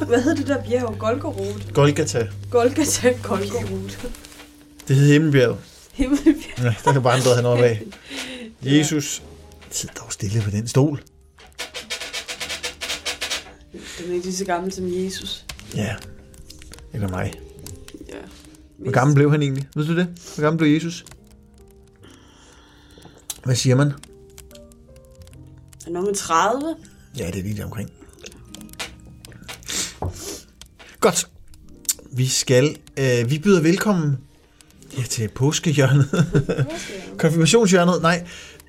Hvad hedder det der bjerg? Golgorot? Golgata. Golgorot. Det hed Himmelbjerget. Himmelbjerg. Ja, der kan vandrede han op af. Jesus. Sid dog stille på den stol. Den er ikke lige så gammel som Jesus. Ja. Eller mig. Ja. Hvor gammel blev han egentlig? Ved du det? Hvor gammel blev Jesus? Hvad siger man? Er noget med 30? Ja, det er lige der omkring. Godt. Vi byder velkommen til påskehjørnet. Konfirmationshjørnet, nej.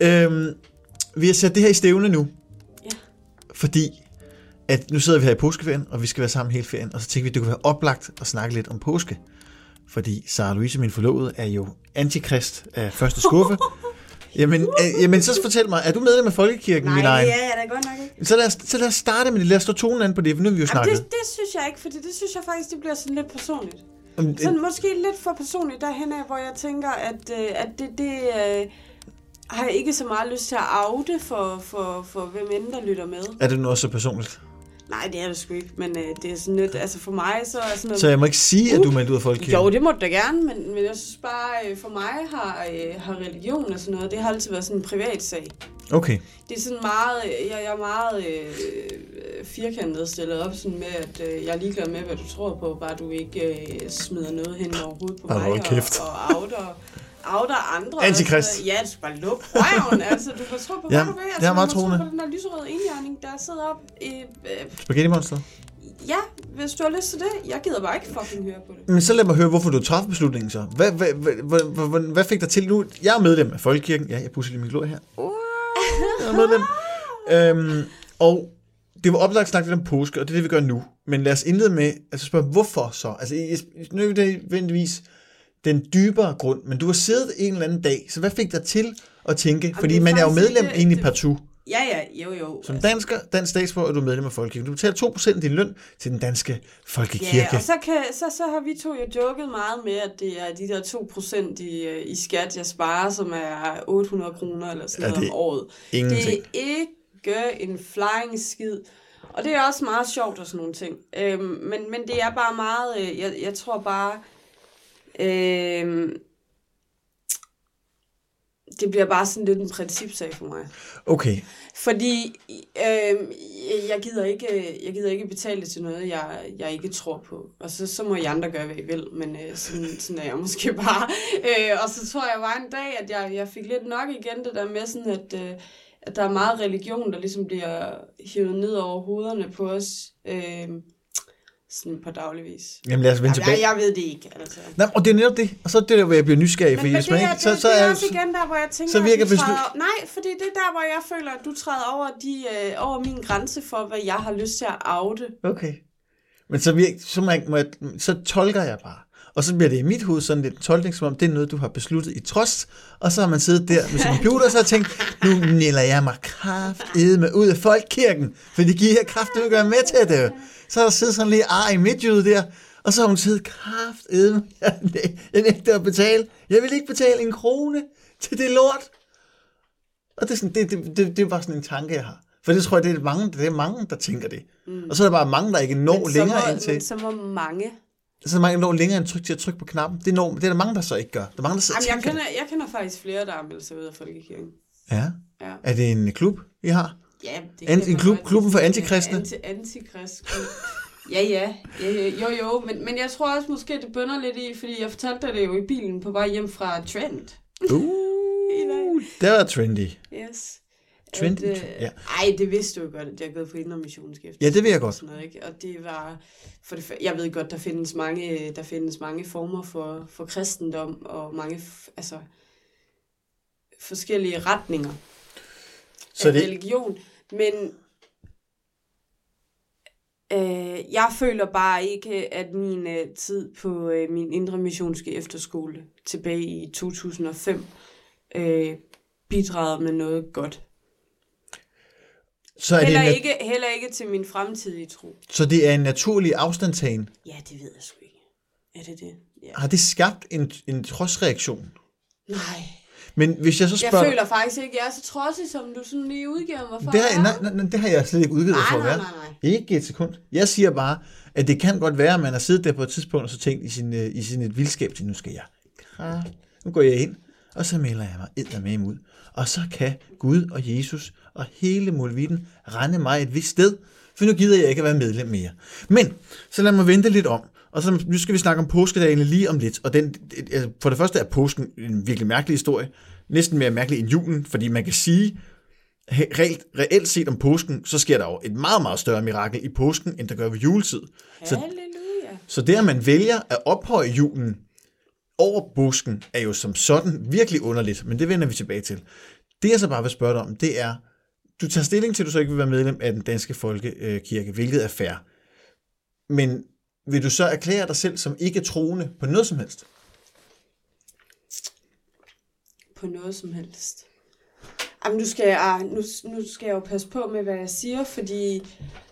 Vi har sat det her i stævne nu. Ja. Fordi, at nu sidder vi her i påskeferien, og vi skal være sammen hele ferien, og så tænkte vi, at det kunne være oplagt at snakke lidt om påske. Fordi Sara Louise, min forlovede, er jo antikrist af første skuffe. Jamen, så fortæl mig, er du medlem af Folkekirken? Nej, min egen? ja, det er godt nok ikke. Så lad os starte med det. Lad os stå tonen an på det, for nu har vi jo snakket. Det synes jeg ikke, fordi det synes jeg faktisk, det bliver sådan lidt personligt. Sådan måske lidt for personligt derhen af, hvor jeg tænker, at det har jeg ikke så meget lyst til at oute for hvem end der lytter med. Er det nu også så personligt? Nej, det er det sgu ikke, men det er sådan lidt, altså for mig så er sådan noget... Så jeg må ikke sige, at du er meldt ud af Folkekirken? Jo, det må du da gerne, men jeg synes bare, for mig har religion og sådan noget, det har altid været sådan en privat sag. Okay. Det er sådan meget, jeg er meget firkantet stillet op, sådan med, at jeg er ligeglad med, hvad du tror på, bare du ikke smider noget hen over hovedet på mig og outer andre. Antikrist. Altså, ja, du skal bare lukke røven, altså du kan tro på, hvad du vil. Altså, jeg er meget troende. troende. På den der lyserøde enhjørning, der sidder op i... Spaghetti Monster? Ja, hvis du har lyst til det. Jeg gider bare ikke fucking høre på det. Men så lad mig høre, hvorfor du træffede beslutningen så. Hvad fik dig til nu? Jeg er medlem af Folkekirken. Ja, jeg pusser lige min glor her. Jeg er medlem. Og det var oplagt snakket lidt om påske, og det er det, vi gør nu. Men lad os indlede med at spørge, hvorfor så? Altså, nu er det nødvendigvis den dybere grund, men du har siddet en eller anden dag, så hvad fik dig til at tænke? Fordi man er jo medlem egentlig partout. Ja, jo. Som dansk statsborger er du medlem af Folkekirken. Du betaler 2% af din løn til den danske folkekirke. Ja, og så har vi to jo joket meget med, at det er de der 2% i skat, jeg sparer, som er 800 kroner eller sådan noget om året. Ingenting. Det er ikke en flying skid. Og det er også meget sjovt og sådan nogle ting. Men det er bare meget, jeg tror bare... det bliver bare sådan lidt en principsag for mig. Okay. Fordi jeg gider ikke betale til noget, jeg ikke tror på. Og så må I andre gøre, hvad I vil. Men sådan er jeg måske bare. Og så tror jeg bare en dag, at jeg fik lidt nok igen det der med sådan, at der er meget religion, der ligesom bliver hivet ned over hovederne på os. Sådan på dagligvis. Jamen lad os vende tilbage. Jeg ved det ikke, altså. Nej, og det er netop det. Og så er det der, hvor jeg bliver nysgerrig. Men det er også igen der, hvor jeg tænker, så virker nej, fordi det er der, hvor jeg føler, at du træder over min grænse for, hvad jeg har lyst til at oute. Okay. Men så tolker jeg bare. Og så bliver det i mit hoved sådan lidt tolkning, som om det er noget, du har besluttet i trods. Og så har man siddet der med sin computer, og så har tænkt, nu nælder jeg mig kraftedme ud af Folkekirken, for de giver her kraftedme at gøre med til det. Så har der siddet sådan lige i midtjyde der, og så har hun siddet kraftedme. Jeg nægter at betale. Jeg vil ikke betale 1 krone til det lort. Og det er, sådan, det er bare sådan en tanke, jeg har. For det tror jeg, det er mange, der tænker det. Og så er der bare mange, der ikke når længere ind til. Men så må mange... Så er der når længere end til at trykke på knappen. Det er der mange, der så ikke gør. Der er mange, der sidder jeg kender faktisk flere, der har meldt sig ud af Folkekirken. Ja. Er det en klub, I har? Ja, det en klubben for antikristne? Antikristne. Ja. Jo. Men jeg tror også måske, det bønder lidt i, fordi jeg fortalte dig det jo i bilen på vej hjem fra Trend. Det var trendy. Yes. Trendy, ja. Ej, det vidste du jo godt, at jeg er gået på Indre Missionsskifte. Ja, det ved jeg godt. Sådan noget, ikke? Og det var... jeg ved godt, der findes mange former for kristendom, og mange forskellige retninger af religion. Men jeg føler bare ikke, at min tid på min Indre Missionske efterskole tilbage i 2005 bidragede med noget godt. Så heller ikke til min fremtidige tro. Så det er en naturlig afstandtagen? Ja, det ved jeg sgu ikke. Er det det? Ja. Har det skabt en trodsreaktion? Nej. Men hvis jeg så spørger... Jeg føler faktisk ikke, jeg er så trodsig, som du sådan lige udgiver mig for. Det har jeg slet ikke udgivet for at være. Nej. Ikke et sekund. Jeg siger bare, at det kan godt være, at man har siddet der på et tidspunkt og så tænkt i sin et vildskab til, nu går jeg ind, og så melder jeg mig eddermame ud. Og så kan Gud og Jesus og hele muligheden rende mig et vist sted, for nu gider jeg ikke at være medlem mere. Men, så lad mig vente lidt om. Og så nu skal vi snakke om påskedagene lige om lidt. Og for det første er påsken en virkelig mærkelig historie. Næsten mere mærkelig end julen, fordi man kan sige, reelt set om påsken, så sker der jo et meget, meget større mirakel i påsken, end der gør ved juletid. Halleluja. Så det, at man vælger at ophøje julen over påsken, er jo som sådan virkelig underligt, men det vender vi tilbage til. Det, jeg så bare vil spørge dig om, det er, du tager stilling til, at du så ikke vil være medlem af den danske folkekirke, hvilket er fair. Men vil du så erklære dig selv som ikke troende på noget som helst? På noget som helst? Jamen, nu skal jeg jo passe på med, hvad jeg siger, fordi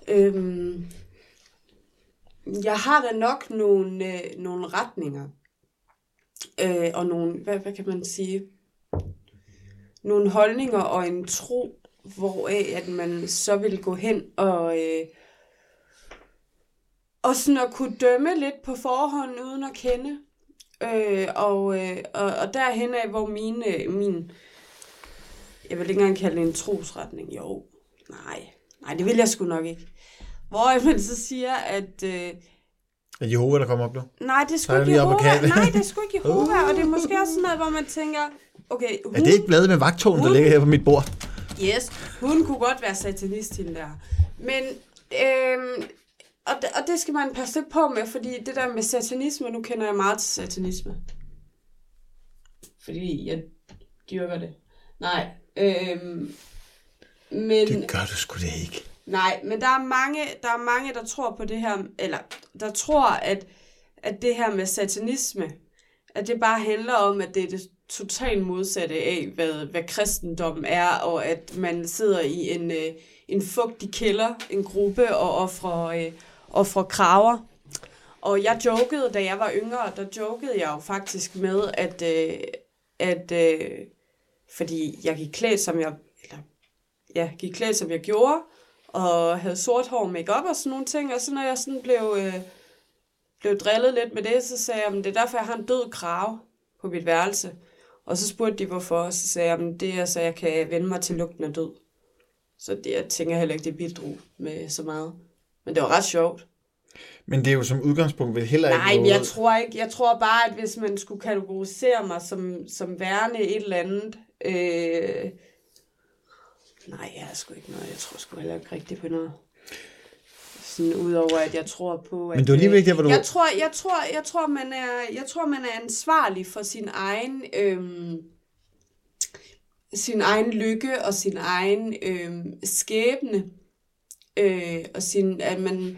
jeg har da nok nogle retninger. Og nogle, hvad kan man sige? Nogle holdninger og en tro, hvoraf at man så vil gå hen og sådan at kunne dømme lidt på forhånd uden at kende. Og derhen af, hvor min jeg vil ikke engang kalde det en trosretning. Jo, nej, det vil jeg sgu nok ikke. Hvor man så siger, at er Jehova, der kommer op nu? Nej, det er sgu ikke Jehova. Nej, det er sgu ikke Jehova. Og det er måske også sådan noget, hvor man tænker, okay, hun... Er det ikke bladet med vagtårn, der ligger her på mit bord? Yes, hun kunne godt være satanist, hende der. Men, og det skal man passe lidt på med, fordi det der med satanisme, nu kender jeg meget til satanisme. Fordi jeg dyrker det. Nej, men... Det gør du sgu da ikke. Nej, men der er mange, der tror på det her, eller der tror, at det her med satanisme, at det bare handler om, at det er det totalt modsatte af, hvad kristendommen er, og at man sidder i en fugtig kælder, en gruppe, og offrer kraver. Og jeg jokede, da jeg var yngre, der jokede jeg jo faktisk med, at fordi jeg gik klædt, gik klædt, som jeg gjorde, og havde sort hår, make-up og sådan nogle ting, og så når jeg sådan blev drillet lidt med det, så sagde jeg, at det er derfor, jeg har en død krave på mit værelse. Og så spurgte de, hvorfor, og så sagde jeg, at det er, så jeg kan vende mig til lugten af død. Så det, jeg tænker heller ikke, det bidrog med så meget. Men det var ret sjovt. Men det er jo som udgangspunkt vel heller ikke noget... Nej, men jeg tror bare, at hvis man skulle kategorisere mig som værende et eller andet... Nej, jeg er sgu ikke noget. Jeg tror sgu heller ikke rigtigt på noget. Sådan udover at jeg tror på at men det er lige vigtigt, hvor du jeg tror man er ansvarlig for sin egen lykke og sin egen skæbne og at man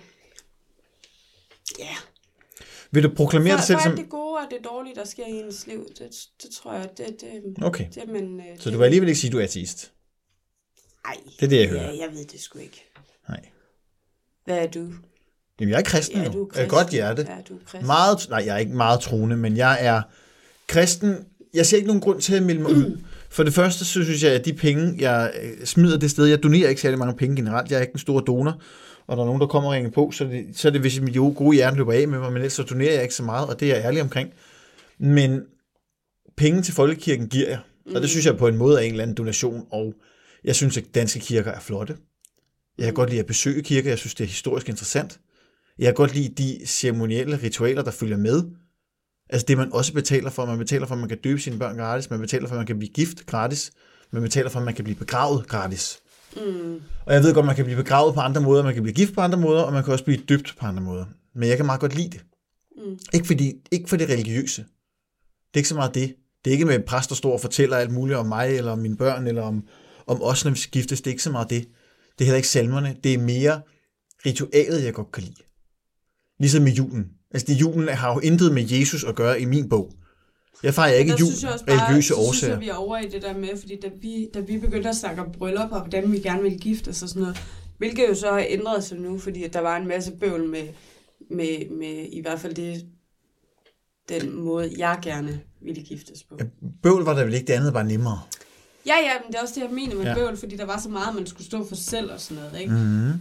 vil du proklamere dig selv som det gode og det dårlige der sker i ens liv? Det tror jeg okay. Det man så du vil alligevel ikke sige at du er ateist? Nej. Det er det jeg hører. Ja, jeg ved det sgu ikke. Nej. Hvad er du? Jamen, jeg er kristen nu. Jeg er godt hjerte. Ja, du er kristen. Jeg er ikke meget troende, men jeg er kristen. Jeg ser ikke nogen grund til at melde mig ud. For det første, så synes jeg, at de penge, jeg smider det sted, jeg donerer ikke særlig mange penge generelt. Jeg er ikke en stor donor, og der er nogen, der kommer og ringer på, så er det hvis mit gode hjerte løber af med mig, men ellers så donerer jeg ikke så meget, og det er jeg ærlig omkring. Men penge til folkekirken giver jeg, og det synes jeg på en måde er en eller anden donation, og jeg synes, at danske kirker er flotte. Jeg kan godt lide at besøge kirker. Jeg synes, det er historisk interessant. Jeg kan godt lide de ceremonielle ritualer, der følger med. Altså det, man også betaler for. Man betaler for, at man kan døbe sine børn gratis. Man betaler for, at man kan blive gift gratis. Man betaler for, at man kan blive begravet gratis. Og jeg ved godt, at man kan blive begravet på andre måder. Man kan blive gift på andre måder, og man kan også blive døbt på andre måder. Men jeg kan meget godt lide det. Ikke for det religiøse. Det er ikke så meget det. Det er ikke med en præst, der står og fortæller alt muligt om mig, eller om mine børn, eller om os, når vi skal giftes. Det er ikke så meget det. Det er heller ikke salmerne. Det er mere ritualet, jeg godt kan lide. Ligesom med julen. Altså, julen har jo intet med Jesus at gøre i min bog. Jeg fejrer ikke jul religiøse årsager. Så synes jeg, vi er over i det der med, fordi da vi begyndte at snakke om bryllup, og hvordan vi gerne ville gifte os og sådan noget, hvilket jo så har ændret sig nu, fordi der var en masse bøvl med i hvert fald det, den måde, jeg gerne ville giftes på. Bøvl var der vel ikke, det andet var nemmere. Ja, men det er også det, jeg mener med bøvl, fordi der var så meget, man skulle stå for selv og sådan noget, ikke? Mm-hmm.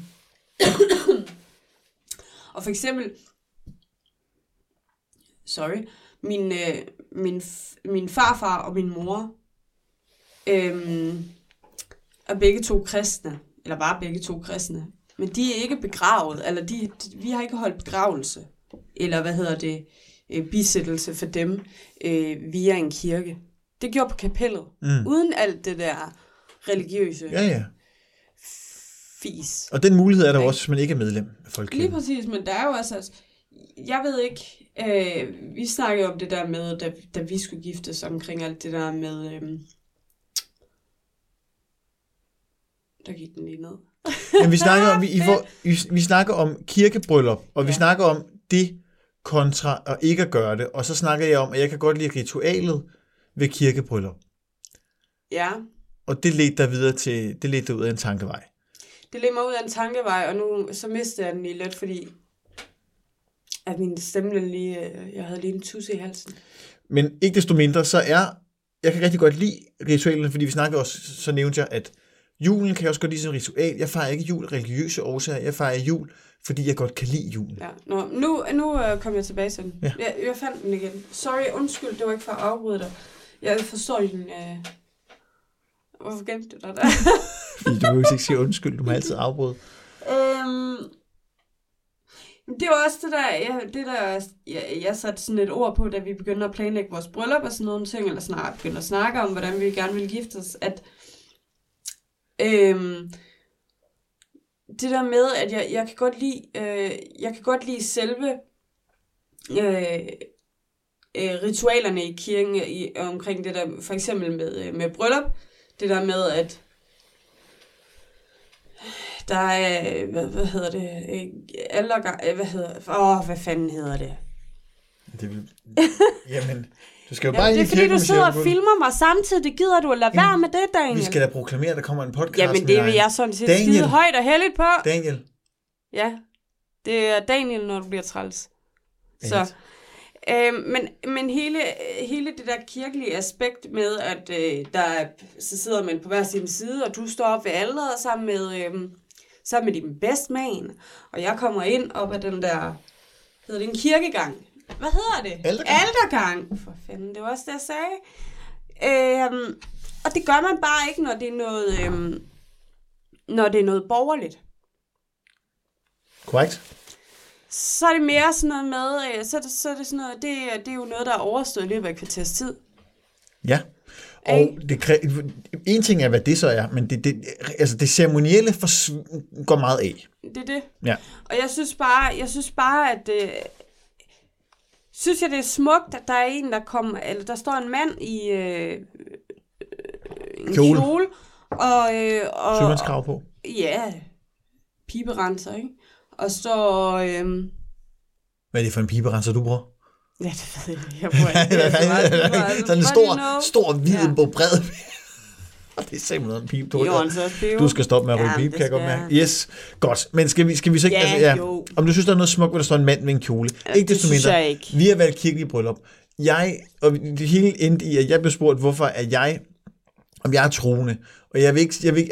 Og for eksempel, min farfar og min mor er begge to kristne, eller var begge to kristne, men de er ikke begravet, eller vi har ikke holdt begravelse, eller bisættelse for dem via en kirke. Det gjorde på kapellet, uden alt det der religiøse fis. Og den mulighed er der også, hvis man ikke er medlem af folkekirken. Lige præcis, men der er jo altså, jeg ved ikke, vi snakkede om det der med, da vi skulle giftes, omkring alt det der med, der gik den lige ned. Men vi snakker om kirkebryllup, og vi snakker om det kontra at ikke at gøre det, og så snakker jeg om, at jeg kan godt lide ritualet ved kirkebryllup. Ja. Og det ledte dig videre til, det ledte dig ud af en tankevej. Det ledte mig ud af en tankevej, og nu så mistede jeg den lige lidt, fordi at min stemme lige, jeg havde lige en tusse i halsen. Men ikke desto mindre, jeg kan rigtig godt lide ritualerne, fordi vi snakker også, så nævnte jeg, at julen kan jeg også godt lide som ritual. Jeg fejrer ikke jul religiøse årsager, jeg fejrer jul, fordi jeg godt kan lide julen. Ja, nu kom jeg tilbage til den. Ja. Jeg fandt den igen. Sorry, undskyld, det var ikke for at afbryde dig. Jeg forstår den. Hvorfor gemte du dig der? Fordi du vil ikke sige undskyld, du må altid afbryde. Det var også det der, jeg satte sådan et ord på, da vi begyndte at planlægge vores bryllup og sådan nogle ting, eller snart begyndte at snakke om, hvordan vi gerne ville gifte os, at det der med, at jeg kan godt lide selve ritualerne i kirken omkring det der, for eksempel med bryllup, det der med, at der er, hvad fanden hedder det? Jamen, du skal jo bare det er fordi, du sidder og filmer mig samtidig. Det gider du at lade være med det, Daniel. Vi skal da proklamere, at der kommer en podcast. Jamen, det vil jeg sådan set skide højt og heldigt på. Daniel. Ja, det er Daniel, når du bliver træls. Så, men hele det der kirkelige aspekt med, at så sidder man på hver sin side, og du står op ved alderet sammen med din best man, og jeg kommer ind op ad den der, hedder det en kirkegang? Hvad hedder det? Altergang. For fanden, det var også det, jeg sagde. Og det gør man bare ikke, når det er noget borgerligt. Korrekt. Så er det mere sådan noget med, så er det sådan noget, det er jo noget, der er overstået i løbet af et kvarters tid. Ja. Og en ting er, hvad det så er, men det ceremonielle går meget af. Det er det. Ja. Og jeg synes bare, at synes jeg, det er smukt, at der er en, der står en mand i en kjole og sømandskrav på. Ja, piberenser, ikke? Og så hvad er det for en piberenser, du bruger? Ja, det ved jeg ikke. Sådan en stor hvid på bred. Det er simpelthen en pipe. Du skal stoppe med at ryge pipe, kan jeg godt mærke. Yes, godt. Men skal vi så ikke... Om du synes, der er noget smukt, hvor der står en mand ved en kjole. Ikke desto mindre. Vi har været kirkelige bryllup. Og det hele endte i, at jeg blev spurgt, hvorfor er jeg... Om jeg er troende. Og jeg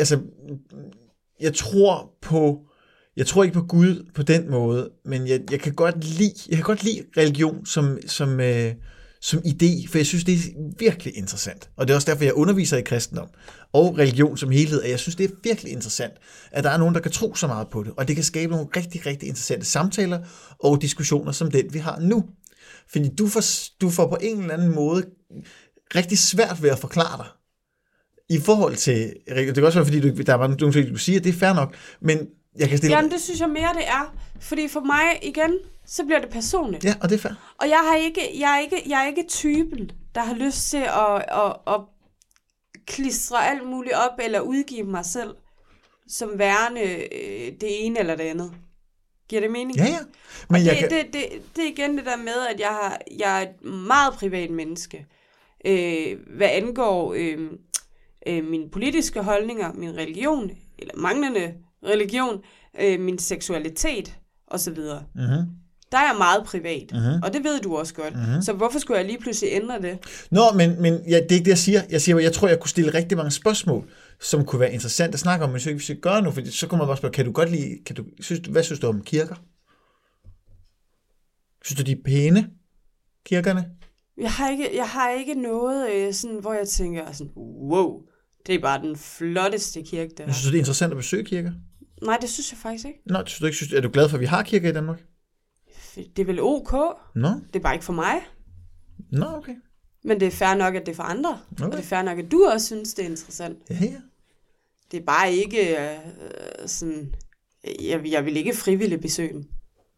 tror ikke på Gud på den måde, men jeg kan godt lide religion som idé, for jeg synes, det er virkelig interessant. Og det er også derfor, jeg underviser i kristendom og religion som helhed, og jeg synes, det er virkelig interessant, at der er nogen, der kan tro så meget på det, og det kan skabe nogle rigtig, rigtig interessante samtaler og diskussioner som den, vi har nu. Fordi du får på en eller anden måde rigtig svært ved at forklare dig i forhold til, det kan også være, fordi der var nogle ting, du siger, det er fair nok, men jeg kan stille... Jamen, det synes jeg mere, det er. Fordi for mig, igen, så bliver det personligt. Ja, og det er fair. Og jeg er ikke typen, der har lyst til at klistre alt muligt op, eller udgive mig selv som værende det ene eller det andet. Giver det mening? Ja. Men det er igen det der med, at jeg er et meget privat menneske. Hvad angår mine politiske holdninger, min religion, eller manglende religion, min seksualitet, og så videre. Mm-hmm. Der er jeg meget privat, og det ved du også godt. Så hvorfor skulle jeg lige pludselig ændre det? Nå, men ja, det er ikke det, jeg siger. Jeg siger, jeg tror, jeg kunne stille rigtig mange spørgsmål, som kunne være interessant at snakke om, men så ikke vi skal gøre nu, for så kommer man bare spørge, kan du godt lide, hvad synes du om kirker? Synes du, de er pæne, kirkerne? Jeg har ikke noget, sådan, hvor jeg tænker, sådan, wow, det er bare den flotteste kirke, der. Synes du, det er interessant at besøge kirker? Nej, det synes jeg faktisk ikke. Nå, synes du ikke, er du glad for, at vi har kirker i Danmark? Det er vel ok. Nå. Det er bare ikke for mig. Nå, okay. Men det er fair nok, at det er for andre. Okay. Og det er fair nok, at du også synes, det er interessant. Ja. Det er bare ikke sådan... Jeg vil ikke frivilligt besøge dem.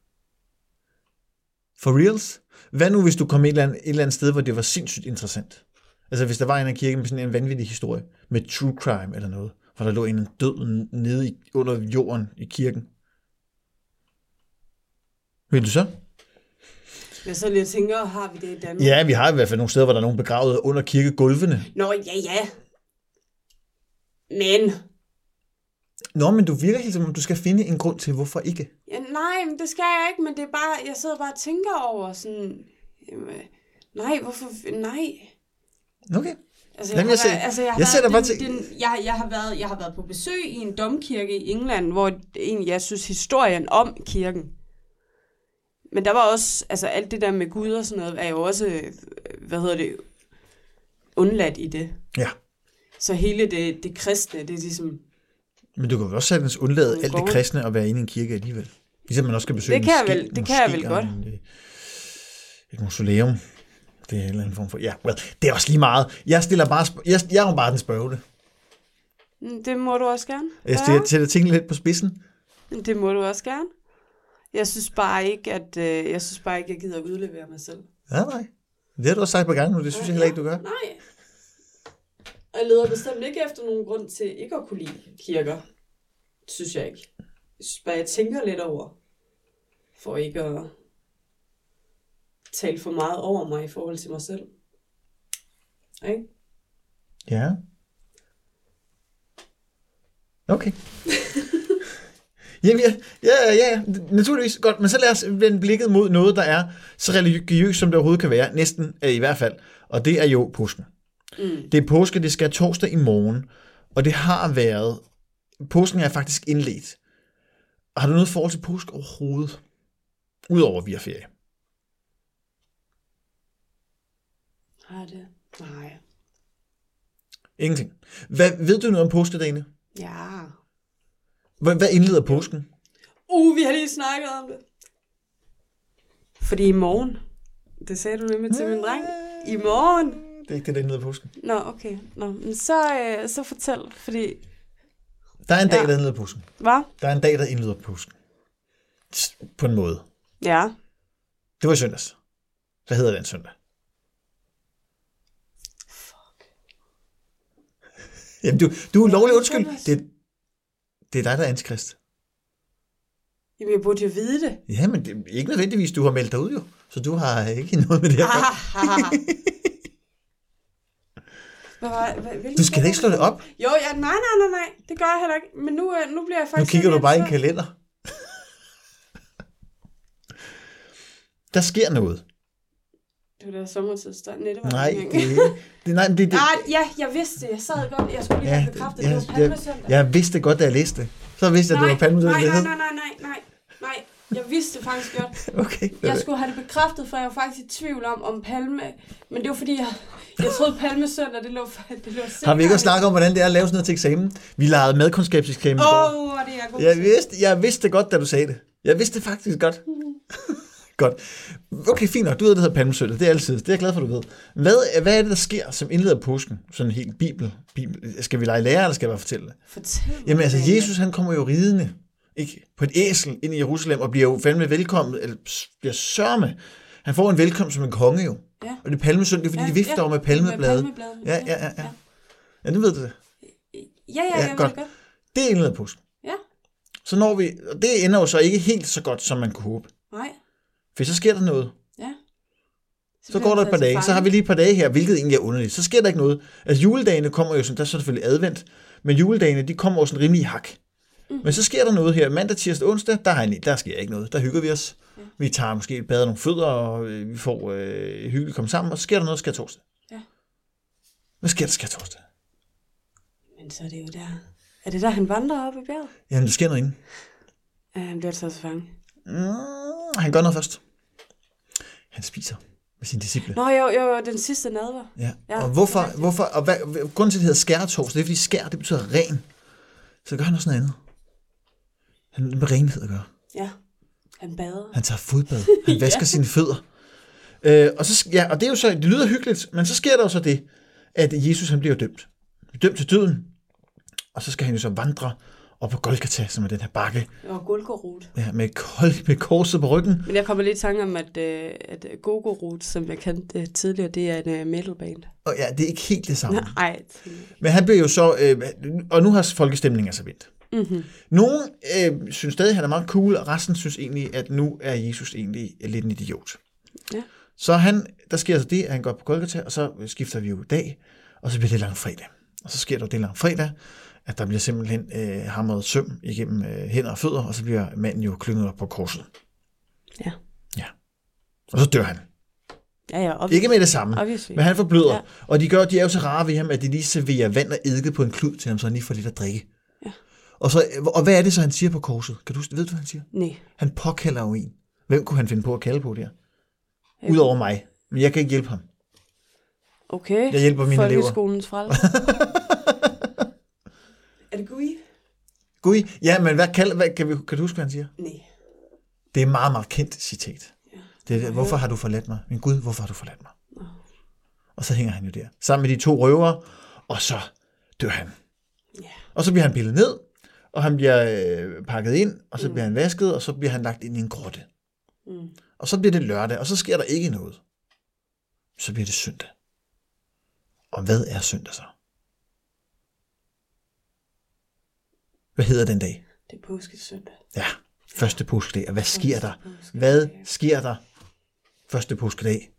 For reals? Hvad nu, hvis du kom et eller andet sted, hvor det var sindssygt interessant? Altså, hvis der var en kirke med sådan en vanvittig historie, med true crime eller noget, hvor der lå en død nede under jorden i kirken. Vil du så? Jeg så lige tænker, har vi det i Danmark? Ja, vi har i hvert fald nogle steder, hvor der er nogen begravet under kirkegulvene. Nå, ja. Men... Nå, men du virker helt som om, du skal finde en grund til, hvorfor ikke. Ja, nej, men det skal jeg ikke, men det er bare... Jeg sidder bare og tænker over sådan... Nej, hvorfor... Nej. Okay. Altså, jeg har været på besøg i en domkirke i England, hvor egentlig jeg synes historien om kirken. Men der var også, altså alt det der med Gud og sådan noget, er jo også, undladt i det. Ja. Så hele det kristne, det er ligesom... Men du kan jo også sagtens undlade alt det kristne og være inde i en kirke alligevel. Ligesom man også skal besøge det kan jeg vel godt. Et mausoleum. Det er en eller anden form for... Ja, det er også lige meget. Jeg er jo bare den spørgende. Det må du også gerne. Jeg sætter tingene lidt på spidsen. Det må du også gerne. Jeg synes bare ikke, at jeg gider udlevere mig selv. Ja, nej. Det har du også sagt på gang nu, det synes jeg heller ikke, du gør. Nej. Og jeg leder bestemt ikke efter nogen grund til ikke at kunne lide kirker. Synes jeg ikke. Jeg synes bare, jeg tænker lidt over, for ikke at tale for meget over mig i forhold til mig selv. Ikke? Ja. Okay. Jamen, ja, naturligvis godt, men så lad os vende blikket mod noget, der er så religiøst, som det overhovedet kan være, næsten i hvert fald, og det er jo påsken. Det er påske, det skal torsdag i morgen, og det har været, påsken er faktisk indledt. Har du noget forhold til påske overhovedet? Udover vi har ferie? Har det? Nej. Ingenting. Ved du noget om påskedagene? Ja. Hvad indleder påsken? Vi har lige snakket om det. Fordi i morgen, det sagde du nemlig til min dreng, i morgen. Det er ikke det, der indleder påsken. Nå, okay. Nå, men så fortæl, fordi... Der er en dag, der indleder påsken. Hvad? Der er en dag, der indleder påsken. På en måde. Ja. Det var i søndags. Hvad hedder den søndag? Fuck. Jamen, du er lovlig undskyld. Det er dig, der er antikrist. Jamen, jeg burde jo vide det. Ja, men det er ikke nødvendigvis, du har meldt dig ud jo. Så du har ikke noget med det her. Du skal da ikke slå det op. Jo, ja, nej. Det gør jeg heller ikke. Men nu bliver jeg faktisk... Nu kigger du bare i en kalender. Der sker noget. Det var der sommertidsdag. Nej, det var nej, det. Ja, jeg vidste det. Jeg sad godt. Jeg skulle lige have bekræftet, det var Palmesøndag. Jeg vidste godt, da jeg læste det. Så vidste jeg, at det var Palmesøndag. Nej. Jeg vidste det faktisk godt. Okay. Jeg skulle have det bekræftet, for jeg var faktisk i tvivl om Palme. Men det var fordi, jeg troede Palmesøndag, det lå har vi ikke at snakke om, hvordan det er at lave sådan noget til eksamen? Vi legede medkundskabseksamen i går. Det er godt. Jeg vidste det godt, da du sagde det. Jeg vidste det faktisk godt. Godt. Okay, fint nok. Du ved, det hedder Palmesøndag. Det er altid. Det er jeg glad for, du ved. Hvad er det, der sker, som indleder påsken? Sådan helt bibel. Skal vi lege lærer, eller skal jeg bare fortælle det? Fortæl. Jamen altså, Jesus, han kommer jo ridende, ikke, på et æsel ind i Jerusalem, og bliver jo fandme velkommen, eller bliver sørme. Han får en velkomst som en konge jo. Ja. Og det er Palmesøndag, det er fordi, de vifter over med palmeblade. Ja. Ja, det ved du det. Ja, jeg godt. Ved det godt. Det indleder påsken. Ja. Så når vi, og det ender jo så ikke helt så godt, som man kunne håbe. Nej. For så sker der noget. Ja. Så går der et par dage, så har vi lige et par dage her, hvilket egentlig er underligt. Så sker der ikke noget. Altså juledagene kommer jo sådan, der er så selvfølgelig advent, men juledagene, de kommer jo sådan rimelig i hak. Men så sker der noget her. Mandag, tirsdag, onsdag, der sker ikke noget. Der hygger vi os. Ja. Vi tager måske bader nogle fødder, og vi får hyggeligt komme sammen, og så sker der noget skærtorsdag. Ja. Hvad sker der skærtorsdag? Men så er det jo der. Er det der, han vandrer op i bjerget? Jamen, der sker noget inden. Han bliver taget til fange. Han gør noget først. Han spiser med sine disciple. Nå, jo, den sidste nadver. Ja. Og hvorfor, og grunden til, at det hedder skærtorsdag, det er, fordi skær, det betyder ren. Så gør han også noget andet. Han har med renhed at gøre. Ja, han bader. Han tager fodbad. Han vasker sine fødder. Og det er jo så, det lyder hyggeligt, men så sker der jo så det, at Jesus han bliver dømt. Dømt til døden. Og så skal han jo så vandre op på Golgata, som er den her bakke. Og Golgorot. Ja, med korset på ryggen. Men jeg kommer lidt i tanke om, at Golgorot, som jeg kendte tidligere, det er en metalband. Og ja, det er ikke helt det samme. Nej. Men han bliver jo så, og nu har folkestemningen altså vendt. Mm-hmm. Nogle synes stadig, at han er meget cool, og resten synes egentlig, at nu er Jesus egentlig lidt en idiot. Ja. Så der sker altså det, at han går på Golgata, og så skifter vi jo dag, og så bliver det langfredag. Og så sker der det langfredag, at der bliver simpelthen hamret søm igennem hænder og fødder, og så bliver manden jo klynget op på korset. Ja. Ja. Og så dør han. Ja, ikke med det samme, obviously. Men han forbløder. Ja. Og de er jo så rare ved ham, at de lige serverer vand og eddike på en klud til ham, så han lige får lidt at drikke. Ja. Og hvad er det så, han siger på korset? Kan du huske, ved du, hvad han siger? Nej. Han påkalder jo en. Hvem kunne han finde på at kalde på der? Udover mig. Men jeg kan ikke hjælpe ham. Okay. Jeg hjælper mine elever. Folkeskolens frelser. Er det Gui? Gui? Ja, men kan du huske, hvad han siger? Nej. Det er et meget, meget kendt citat. Ja. Det er, hvorfor har du forladt mig? Min Gud, hvorfor har du forladt mig? Og så hænger han jo der. Sammen med de 2 røvere, og så dør han. Ja. Og så bliver han pillet ned, og han bliver pakket ind, og så bliver han vasket, og så bliver han lagt ind i en grotte. Og så bliver det lørdag, og så sker der ikke noget. Så bliver det søndag. Og hvad er søndag så? Hvad hedder den dag? Det er påskesøndag. Ja, første påskedag. Og hvad sker der? Hvad sker der første påskedag?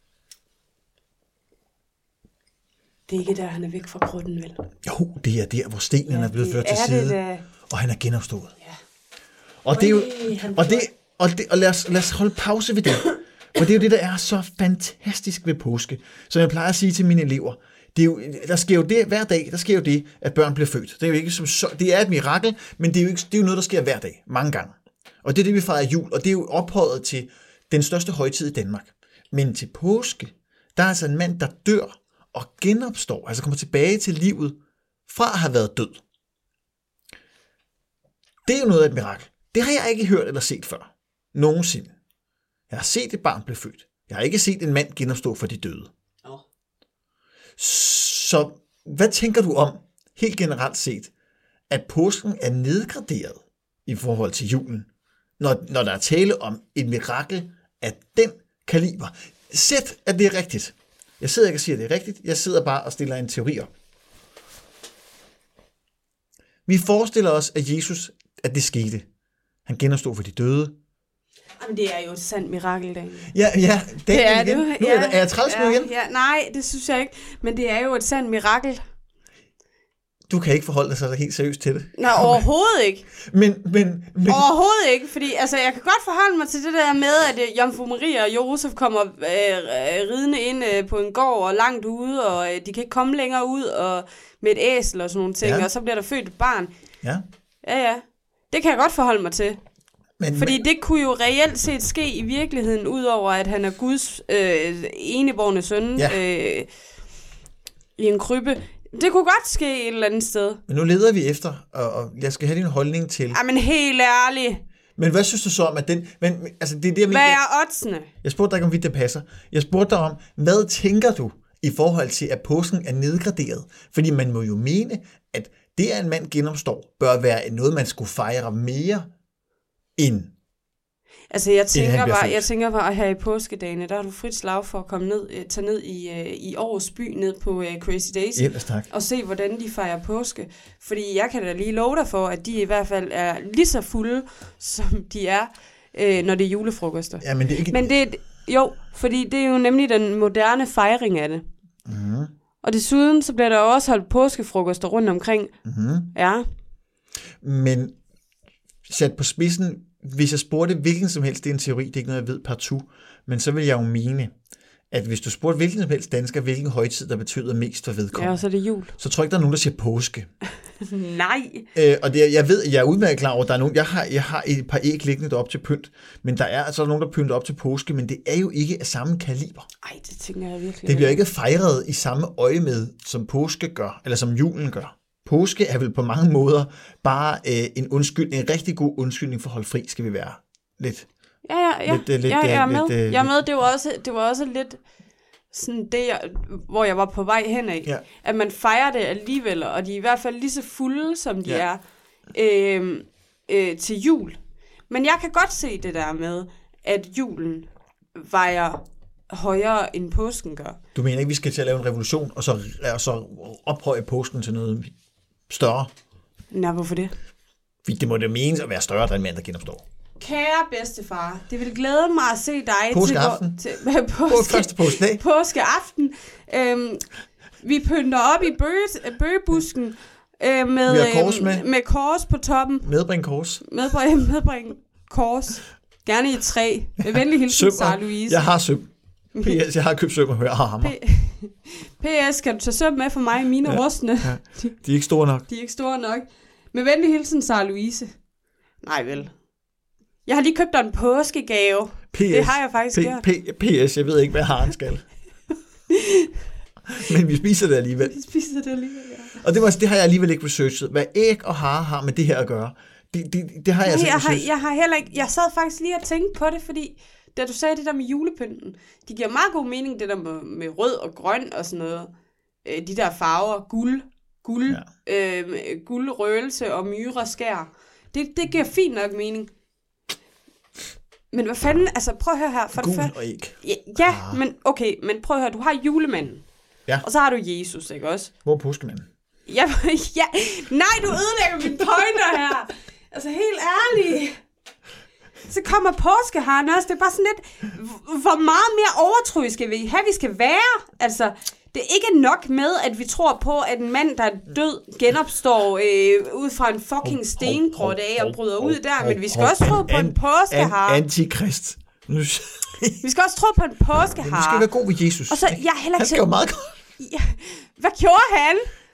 Det er ikke der, han er væk fra grotten, vel? Jo, det er der, hvor stenen er blevet ført til side, og han er genopstået. Ja. Og det er jo, og lad os holde pause ved det. For det er jo det, der er så fantastisk ved påske. Som jeg plejer at sige til mine elever, der sker jo det hver dag, der sker jo det, at børn bliver født. Det er jo ikke det er et mirakel, men det er jo noget, der sker hver dag, mange gange. Og det er det, vi fejrer jul, og det er jo ophøjet til den største højtid i Danmark. Men til påske, der er altså en mand, der dør og genopstår, altså kommer tilbage til livet fra at have været død. Det er jo noget af et mirakel. Det har jeg ikke hørt eller set før. Nogensinde. Jeg har set et barn blive født. Jeg har ikke set en mand genopstå for de døde. Så hvad tænker du om, helt generelt set, at påsken er nedgraderet i forhold til julen, når der er tale om et mirakel af den kaliber? Sæt, at det er rigtigt. Jeg sidder ikke og siger, at det er rigtigt. Jeg sidder bare og stiller en teori op. Vi forestiller os, at Jesus, at det skete. Han genopstod for de døde. Jamen, det er jo et sandt mirakel, Daniel. Ja, det er det. Nu er jeg træls nu igen? Ja, nej, det synes jeg ikke. Men det er jo et sandt mirakel. Du kan ikke forholde dig så helt seriøst til det. Nej, overhovedet ikke. Men overhovedet ikke, fordi altså, jeg kan godt forholde mig til det der med, at Jomfru Maria og Josef kommer ridende ind på en gård og langt ude, og de kan ikke komme længere ud og med et æsel og sådan nogle ting, og så bliver der født et barn. Ja. Ja. Det kan jeg godt forholde mig til. Fordi det kunne jo reelt set ske i virkeligheden, udover at han er Guds enebårne søn i en krybbe. Det kunne godt ske et eller andet sted. Men nu leder vi efter, og jeg skal have din holdning til... Men helt ærligt. Men hvad synes du så om, at den... altså, det er det, hvad er oddsene? Jeg spurgte dig ikke, om det passer. Jeg spurgte dig om, hvad tænker du i forhold til, at påsken er nedgraderet? Fordi man må jo mene, at det, at en mand genopstår, bør være noget, man skulle fejre mere end... Altså, jeg tænker bare, at her i påskedagene, der har du frit slag for at tage ned i Aarhus by, ned på Crazy Daisy, og se, hvordan de fejrer påske. Fordi jeg kan da lige love dig for, at de i hvert fald er lige så fulde, som de er, når det er julefrokoster. Ja, men det er ikke... fordi det er jo nemlig den moderne fejring af det. Mm-hmm. Og desuden, så bliver der også holdt påskefrokoster rundt omkring. Mm-hmm. Ja. Men sat på spidsen, hvis jeg spurgte hvilken som helst, det er en teori, det er ikke noget, jeg ved partout, men så vil jeg jo mene, at hvis du spurgte hvilken som helst dansker, hvilken højtid, der betyder mest for vedkommende, Ja, så er det jul. så tror jeg ikke, der er nogen, der siger påske. Nej. Og det, jeg er udmærket klar over, at der er nogen, jeg har et par æg liggende op til pynt, men der er altså nogen, der pynter op til påske, men det er jo ikke af samme kaliber. Ej, det tænker jeg virkelig. Det bliver ikke fejret i samme øje med, som påske gør, eller som julen gør. Påske er vel på mange måder bare en rigtig god undskyldning for at holde fri, skal vi være lidt. Ja. Jeg er med. Jeg er med. Det var også lidt sådan det, hvor jeg var på vej hen af. Ja. At man fejrer det alligevel, og de er i hvert fald lige så fulde, som de er til jul. Men jeg kan godt se det der med, at julen vejer højere end påsken gør. Du mener ikke, vi skal til at lave en revolution, og så ophøje påsken til noget større? Nej, hvorfor det? Det må det menes at være større, der en mand, der genopstår. Kære bedstefar, det vil glæde mig at se dig påskeaften. til første påskedag. Påskeaften. Vi pynter op i bøgebusken med kors på toppen. Medbring kors. Medbring kors. Gerne i træ. Med venlig hilsen, Sarah Louise. Jeg har søm. PS, jeg har købt søm og hammer. PS, kan du tage søm med for mig i mine rustne? Ja. De er ikke store nok. De er ikke store nok. Med venlig hilsen, Sarah Louise. Nej vel. Jeg har lige købt dig en påskegave. Det har jeg faktisk gjort. PS, jeg ved ikke, hvad haren skal. Men vi spiser det alligevel. Ja. Og det har jeg alligevel ikke researchet. Hvad æg og hare har med det her at gøre, det har jeg altså ikke researchet. Jeg har heller ikke. Jeg sad faktisk lige og tænkte på det, fordi da du sagde det der med julepynten, det giver meget god mening, det der med rød og grøn og sådan noget. De der farver, guld, røgelse og myre skær. Det giver fint nok mening. Men hvad fanden, altså prøv at høre her. For gul og æg. Ja, men okay, men prøv at høre, du har julemanden. Ja. Og så har du Jesus, ikke også? Hvor er påskemanden? Ja, nej, du ødelægger mine pointer her. Altså helt ærligt. Så kommer påskeharen også. Det er bare sådan lidt, hvor meget mere overtro skal vi have, vi skal være. Altså, det er ikke nok med, at vi tror på, at en mand, der er død, genopstår ud fra en fucking stengrotte af og bryder ud der. Men vi skal også tro på en påskehare. Antikrist. Vi skal også tro på en påskehare. Vi skal være god ved Jesus. Og så, han skal jo meget godt. Ja. Hvad gjorde han?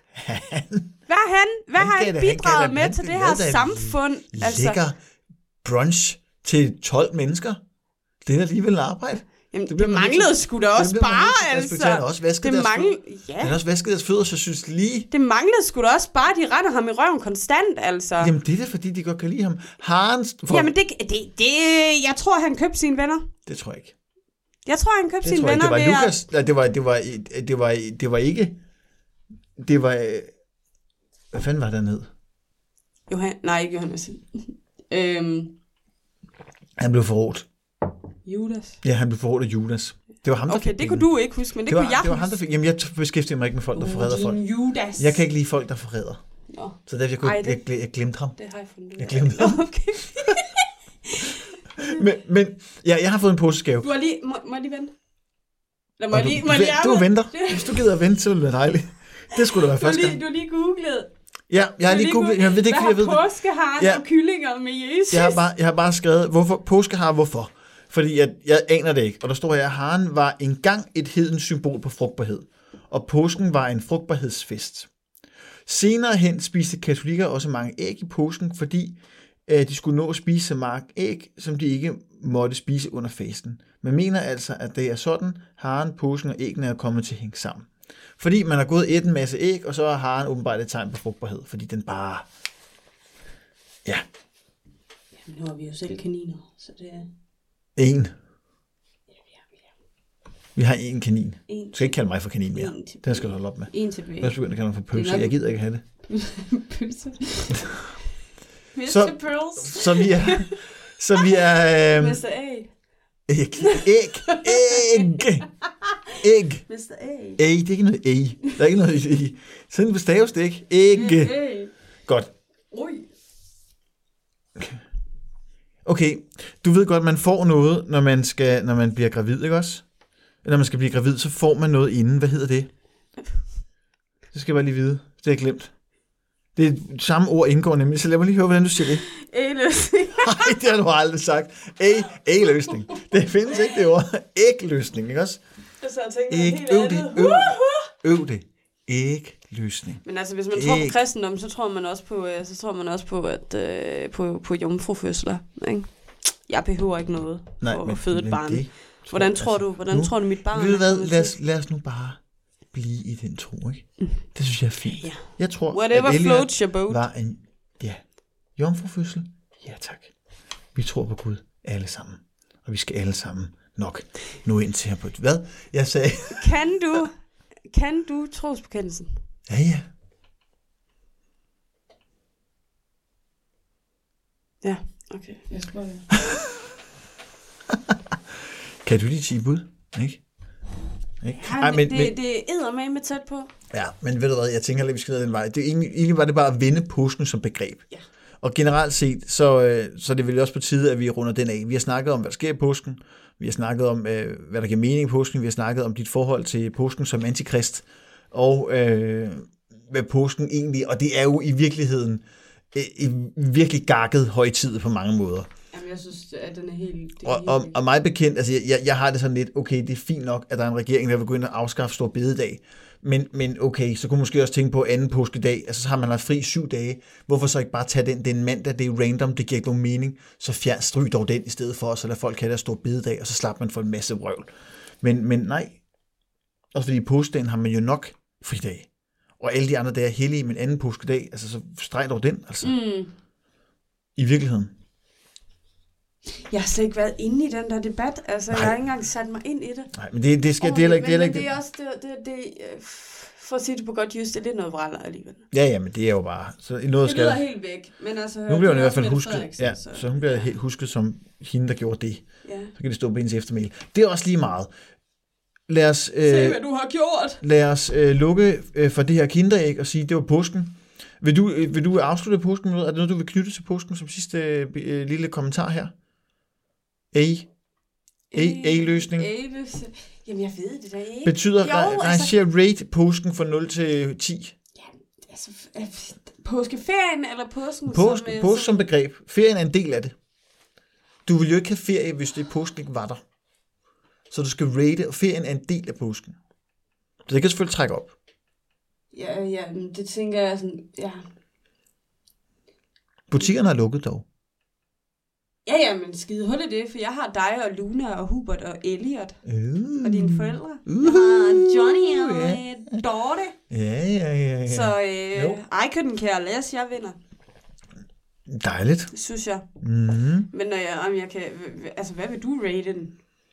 Hvad har han bidraget med til det her samfund? Lækker brunch til 12 mennesker. Det er alligevel en arbejde. Jamen, det manglede sgu da også bare, altså. Han har også vasket deres fødder, så synes lige... Det manglede sgu da også bare, de render ham i røven konstant, altså. Jamen, det er da fordi, de godt kan lide ham. Jamen, jeg tror, han købte sine venner. Det tror jeg ikke. Jeg tror, han købte sine venner. Det var Lukas... Det var ikke... Det var... Hvad fanden var der ned? Ikke Johannes. Han blev forrådt. Judas? Ja, han blev forrådt af Judas. Det var ham, der det kunne du ikke huske, men det kunne jeg huske. Det var ham, der fik... Jamen, jeg beskæftiger mig ikke med folk, der forræder folk. Judas. Jeg kan ikke lide folk, der forræder. Nå. Så derfor jeg glemte ham. Det har jeg fundet ud af. Jeg glemte ham. Okay. men ja, jeg har fået en påskegave. Du har lige... Må jeg lige vente? Du venter. Hvis du gider at vente, så vil det være dejligt. Det skulle da være første gang. Du har lige googlet. Ja, jeg har lige googlet. Jeg ved det ikke, fordi jeg ved det. Hvad har påskeharen og kyllinger med Jesus? Jeg har bare skrevet, hvorfor påskehare, hvorfor? Fordi jeg aner det ikke. Og der står her, at haren var engang et hedens symbol på frugtbarhed. Og påsken var en frugtbarhedsfest. Senere hen spiste katolikker også mange æg i påsken, fordi de skulle nå at spise så mange æg, som de ikke måtte spise under fasten. Man mener altså, at det er sådan, haren, påsken og æggene er kommet til at hænge sammen. Fordi man har gået en masse æg, og så er haren åbenbart et tegn på frugtbarhed, fordi den bare... Ja. Jamen, nu har vi jo selv kaniner, så det er... En. Vi har en kanin. Du skal ikke kalde mig for kanin mere. Det skal du holde op med. En tilbage. Jeg skal begynde at kalde mig for pølse. Jeg gider ikke have det. Pølse. Så vi er... Mr. A. Æg. Mr. A. Det er ikke noget æg. Der er ikke noget æg. Sådan på stavestik. Æg. Godt. Okay, du ved godt, man får noget, når man bliver gravid, ikke også? Når man skal blive gravid, så får man noget inden. Hvad hedder det? Det skal jeg bare lige vide. Det har jeg glemt. Det samme ord indgår nemlig, så lad mig lige høre, hvordan du siger det. Ægløsning. Nej, det har du aldrig sagt. Ægløsning. Det findes ikke, det ord. Ægløsning, ikke også? Så jeg tænker Øv det. Ægløsning. Men altså, hvis man tror på kristendom, så tror man også på, at på jomfrufødsler, ikke? Jeg behøver ikke noget for at føde et barn. Hvordan tror du mit barn? Ved du hvad, lad os nu bare blive i den tro, ikke? Det synes jeg er fint. Ja. Jeg tror, whatever at floats your boat. Var en jomfrufødsel. Ja, tak. Vi tror på Gud alle sammen. Og vi skal alle sammen nok nå ind til her på et. Hvad? Jeg sagde... Kan du trosbekendelsen? Ja. Ja, okay. Jeg skal bare... Kan du lige 10 bud? Ikke? Ja, men det æder med tæt på. Ja, men ved du hvad, jeg tænker lidt, vi skal ned den vej. Egentlig var det bare at vende påsken som begreb. Ja. Og generelt set, så er det vel også på tide, at vi runder den af. Vi har snakket om, hvad der sker i påsken. Vi har snakket om, hvad der giver mening i påsken. Vi har snakket om dit forhold til påsken som antikrist. Og hvad påsken egentlig... Og det er jo i virkeligheden virkelig gakket højtid på mange måder. Jamen, jeg synes, at den er helt... Og mig bekendt, altså jeg har det sådan lidt, okay, det er fint nok, at der er en regering, der vil gå ind og afskaffe stor bededag. Men okay, så kunne man måske også tænke på anden påskedag, altså så har man haft fri 7 dage. Hvorfor så ikke bare tage den? Det er en mandag, det er random, det giver ikke nogen mening. Så stryg dog den i stedet for, så lad folk have der stor bededag, og så slapper man for en masse vrøvl. Men nej. Også fordi påskedagen har man jo nok fridag. Og alle de andre dage er hellige, men anden påskedag, altså så streg dog den, altså. I virkeligheden. Jeg har slet ikke været inde i den der debat. Altså, jeg har ikke engang sat mig ind i det. Nej, men det skal det ikke. Men det er også for at sige det på godt just, det er lidt noget vraller alligevel. Ja, men det er jo bare så noget det lyder helt væk, men altså nu bliver hun i hvert fald husket. Ja, så hun bliver helt husket som hende der gjorde det. Ja. Så kan det stå på hendes eftermæl. Det er også lige meget. Lad os se hvad du har gjort. Lad os lukke for det her kinderæg og sige det var påsken. Vil du afslutte påsken med? Er det noget du vil knytte til påsken som sidste lille kommentar her? A-løsning. Jamen, jeg ved det da ikke. Betyder, rangerer rate påsken fra 0 til 10? Ja, altså, påskeferien eller påsken påsken som begreb. Ferien er en del af det. Du vil jo ikke have ferie, hvis det påsken ikke var der. Så du skal rate, og ferien er en del af påsken. Så det kan selvfølgelig trække op. Ja, det tænker jeg sådan, ja. Butikkerne har lukket dog. Ja, men skide hul i det, for jeg har dig og Luna og Hubert og Elliot og dine forældre. Jeg har Johnny og Dorte. Ja. Så I couldn't care less, jeg vinder. Dejligt. Det synes jeg. Mm-hmm. Men om jeg kan, altså hvad vil du rate den?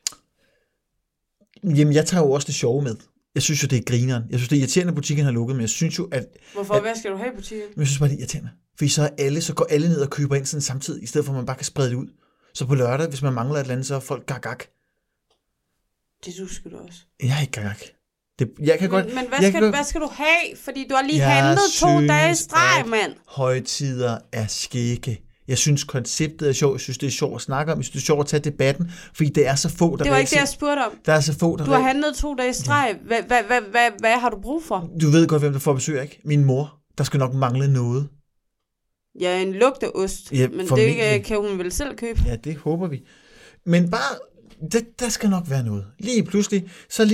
Jamen, jeg tager jo også det sjove med. Jeg synes jo, det er grineren. Jeg synes, det er irriterende, at butikken har lukket, men jeg synes jo, at... Hvorfor? Hvad skal du have i butikken? Men jeg synes bare, det er irriterende. Fordi så går alle ned og køber ind sådan samtidig, i stedet for at man bare kan sprede det ud. Så på lørdag, hvis man mangler et eller andet, så er folk gak. Det du skal du også. Jeg er ikke gak. Jeg kan godt... Men hvad skal du have? Fordi du har lige handlet 2 dage i streg, mand. Højtider er skægge. Jeg synes, konceptet er sjovt. Jeg synes, det er sjovt at snakke om. Jeg synes, det er sjovt at tage debatten, fordi det er så få, der... Det var ikke det, jeg spurgte om. Der er så få, der... Du har handlet 2 dage i streg. Hvad har du brug for? Du ved godt, hvem der får besøg, ikke? Min mor. Der skal nok mangle noget. Ja, en lugteost. Ja, men det kan hun vel selv købe. Ja, det håber vi. Men bare... Der skal nok være noget. Lige pludselig, så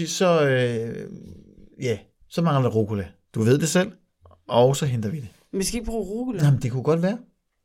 mangler der rucola. Du ved det selv, og så henter vi det. Men vi skal ikke bruge rucola. Jamen, det kunne godt være.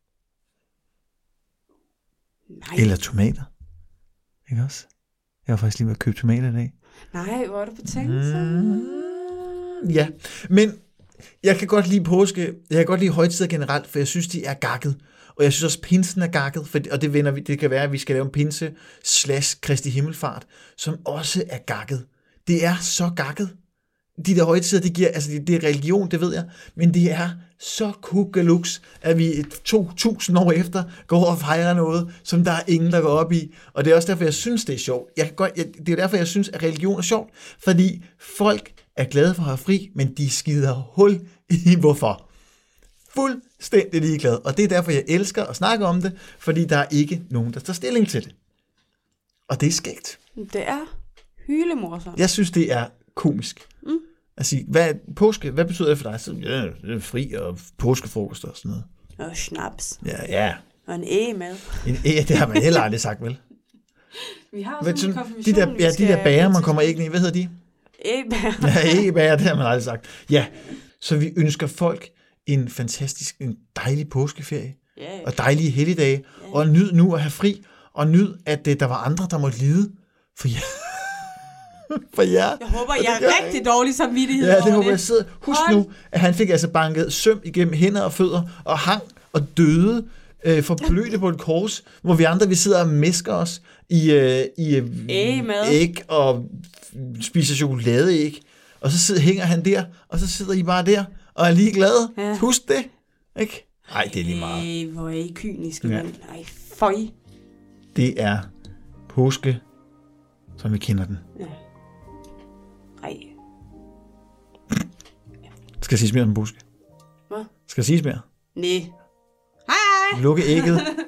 Nej. Eller tomater. Ikke også? Jeg var faktisk lige ved at købe tomater i dag. Nej, hvor er du på tænkelse? Ja, men jeg kan godt lide påske. Jeg kan godt lide højtider generelt, for jeg synes, de er gakket. Og jeg synes også, pinsen er gakket, og det kan være, at vi skal lave en pinse / Kristi Himmelfart, som også er gakket. Det er så gakket. De der højtider, det giver, altså det er religion, det ved jeg, men det er så kugelux, at vi 2000 år efter går og fejrer noget, som der er ingen, der går op i. Og det er også derfor, jeg synes, det er sjovt. Det er derfor, jeg synes, at religion er sjovt, fordi folk er glade for at have fri, men de skider hul i hvorfor. Fuldstændig ligeglad. Og det er derfor, jeg elsker at snakke om det, fordi der er ikke nogen, der tager stilling til det. Og det er skægt. Det er hylemorsomt. Jeg synes, det er komisk. at sige, påske, hvad betyder det for dig? Så, ja, det er fri og påskefrokost og sådan noget. Og snaps. Ja. Og en ægemad. Det har man heller aldrig sagt, vel? Vi har jo sådan en konfirmation, de der bager, man kommer ikke ned i, hvad hedder de? Ægebager. Ja, ægebager, det har man aldrig sagt. Ja, så vi ønsker folk en dejlig påskeferie, og dejlige helligdage, og nyd nu at have fri, og nyd, at der var andre, der måtte lide for jer. For jer. Jeg håber, jeg er rigtig dårlig samvittighed over det. Ja, det håber jeg. Husk nu, at han fik altså banket søm igennem hænder og fødder, og hang og døde forblødte på et kors, hvor vi andre, vi sidder og mæsker os i æg og spiser chokoladeæg, og så hænger han der, og så sidder I bare der, og er lige glade. Ja. Husk det, ikke? Nej, det er lige meget. Hvor er I kyniske, mand. Ej, føj. Det er påske, som vi kender den. Ja. Ej. Skal jeg sige mere om påske? Hvad? Skal jeg sige mere? Nej. Hej. Lukke ægget.